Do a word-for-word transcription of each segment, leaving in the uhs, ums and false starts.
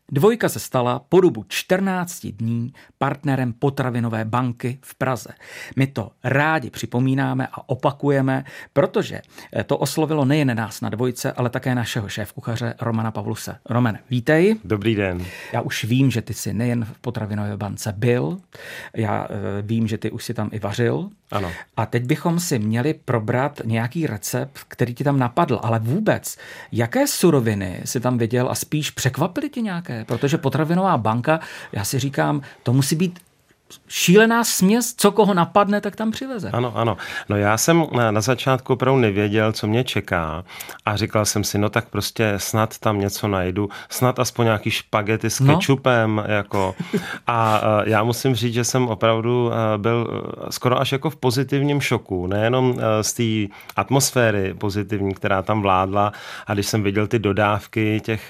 Dvojka se stala po dobu čtrnáct dní partnerem Potravinové banky v Praze. My to rádi připomínáme a opakujeme, protože to oslovilo nejen nás na Dvojce, ale také našeho šéfkuchaře Romana Pavluse. Romane, vítej. Dobrý den. Já už vím, že ty jsi nejen v Potravinové bance byl, já vím, že ty už si tam i vařil. Ano. A teď bychom si měli probrat nějaký recept, který ti tam napadl, ale vůbec, jaké suroviny si tam viděl a spíš překvapily ti nějaké? Protože Potravinová banka, já si říkám, to musí být šílená směs, co koho napadne, tak tam přiveze. Ano, ano. No já jsem na začátku opravdu nevěděl, co mě čeká a říkal jsem si, no tak prostě snad tam něco najdu, snad aspoň nějaký špagety s kečupem, no. jako. A já musím říct, že jsem opravdu byl skoro až jako v pozitivním šoku, nejenom z té atmosféry pozitivní, která tam vládla, a když jsem viděl ty dodávky těch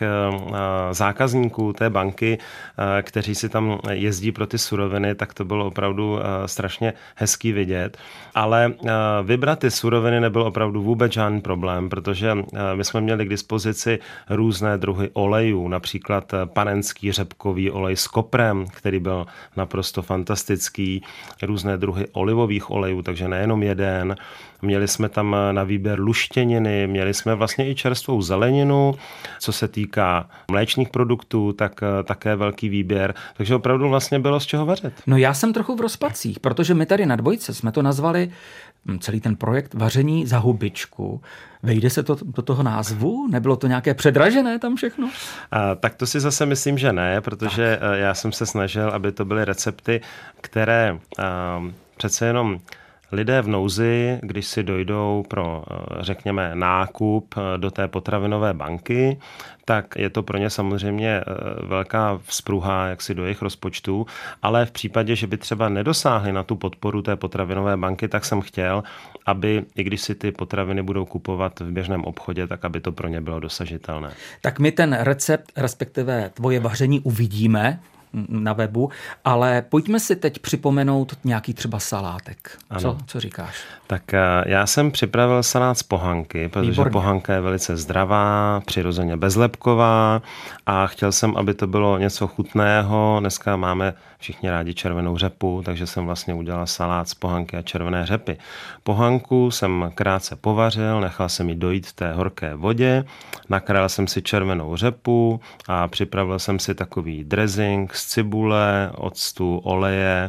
zákazníků té banky, kteří si tam jezdí pro ty suroviny, tak to bylo opravdu uh, strašně hezký vidět. Ale uh, vybrat ty suroviny nebyl opravdu vůbec žádný problém, protože uh, my jsme měli k dispozici různé druhy olejů, například uh, panenský řepkový olej s koprem, který byl naprosto fantastický, různé druhy olivových olejů, takže nejenom jeden. Měli jsme tam na výběr luštěniny, měli jsme vlastně i čerstvou zeleninu, co se týká mléčných produktů, tak také velký výběr, takže opravdu vlastně bylo z čeho vařit. No já jsem trochu v rozpacích, protože my tady na Dvojce jsme to nazvali celý ten projekt vaření za hubičku. Vejde se to do toho názvu? Nebylo to nějaké předražené tam všechno? A, tak to si zase myslím, že ne, protože tak. Já jsem se snažil, aby to byly recepty, které a, přece jenom lidé v nouzi, když si dojdou pro, řekněme, nákup do té potravinové banky, tak je to pro ně samozřejmě velká vzpruha jaksi do jejich rozpočtu, ale v případě, že by třeba nedosáhli na tu podporu té potravinové banky, tak jsem chtěl, aby i když si ty potraviny budou kupovat v běžném obchodě, tak aby to pro ně bylo dosažitelné. Tak my ten recept, respektive tvoje vaření uvidíme na webu, ale pojďme si teď připomenout nějaký třeba salátek. Co, co říkáš? Tak já jsem připravil salát z pohanky, protože Výborně. Pohanka je velice zdravá, přirozeně bezlepková a chtěl jsem, aby to bylo něco chutného. Dneska máme všichni rádi červenou řepu, takže jsem vlastně udělal salát z pohanky a červené řepy. Pohanku jsem krátce povařil, nechal jsem ji dojít v té horké vodě, nakrájel jsem si červenou řepu a připravil jsem si takový dressing z cibule, octu, oleje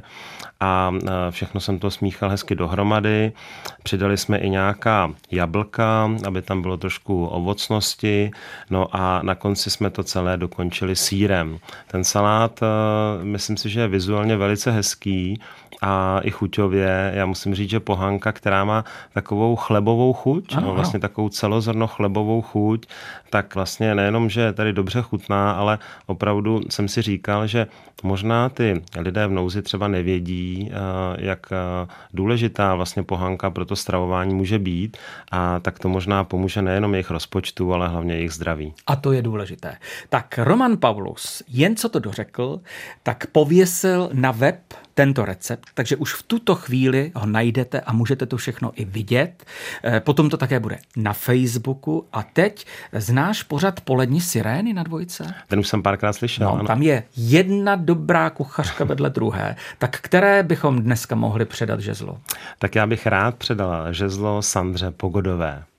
a všechno jsem to smíchal hezky dohromady. Přidali jsme i nějaká jablka, aby tam bylo trošku ovocnosti, no a na konci jsme to celé dokončili sýrem. Ten salát, myslím si, že je vizuálně velice hezký a i chuťově. Já musím říct, že pohanka, která má takovou chlebovou chuť, ano, no, vlastně ano. takovou celozrno chlebovou chuť, tak vlastně nejenom, že je tady dobře chutná, ale opravdu jsem si říkal, že možná ty lidé v nouzi třeba nevědí, jak důležitá vlastně pohanka pro to stravování může být, a tak to možná pomůže nejenom jejich rozpočtu, ale hlavně jejich zdraví. A to je důležité. Tak Roman Pavlus, jen co to dořekl, tak pověsil na web tento recept, takže už v tuto chvíli ho najdete a můžete to všechno i vidět. Potom to také bude na Facebooku. A teď znáš pořad Polední sirény na Dvojce? Ten už jsem párkrát slyšel. No, ano. Tam je jedna dobrá kuchařka vedle druhé. Tak které bychom dneska mohli předat žezlo? Tak já bych rád předala žezlo Sandře Pogodové.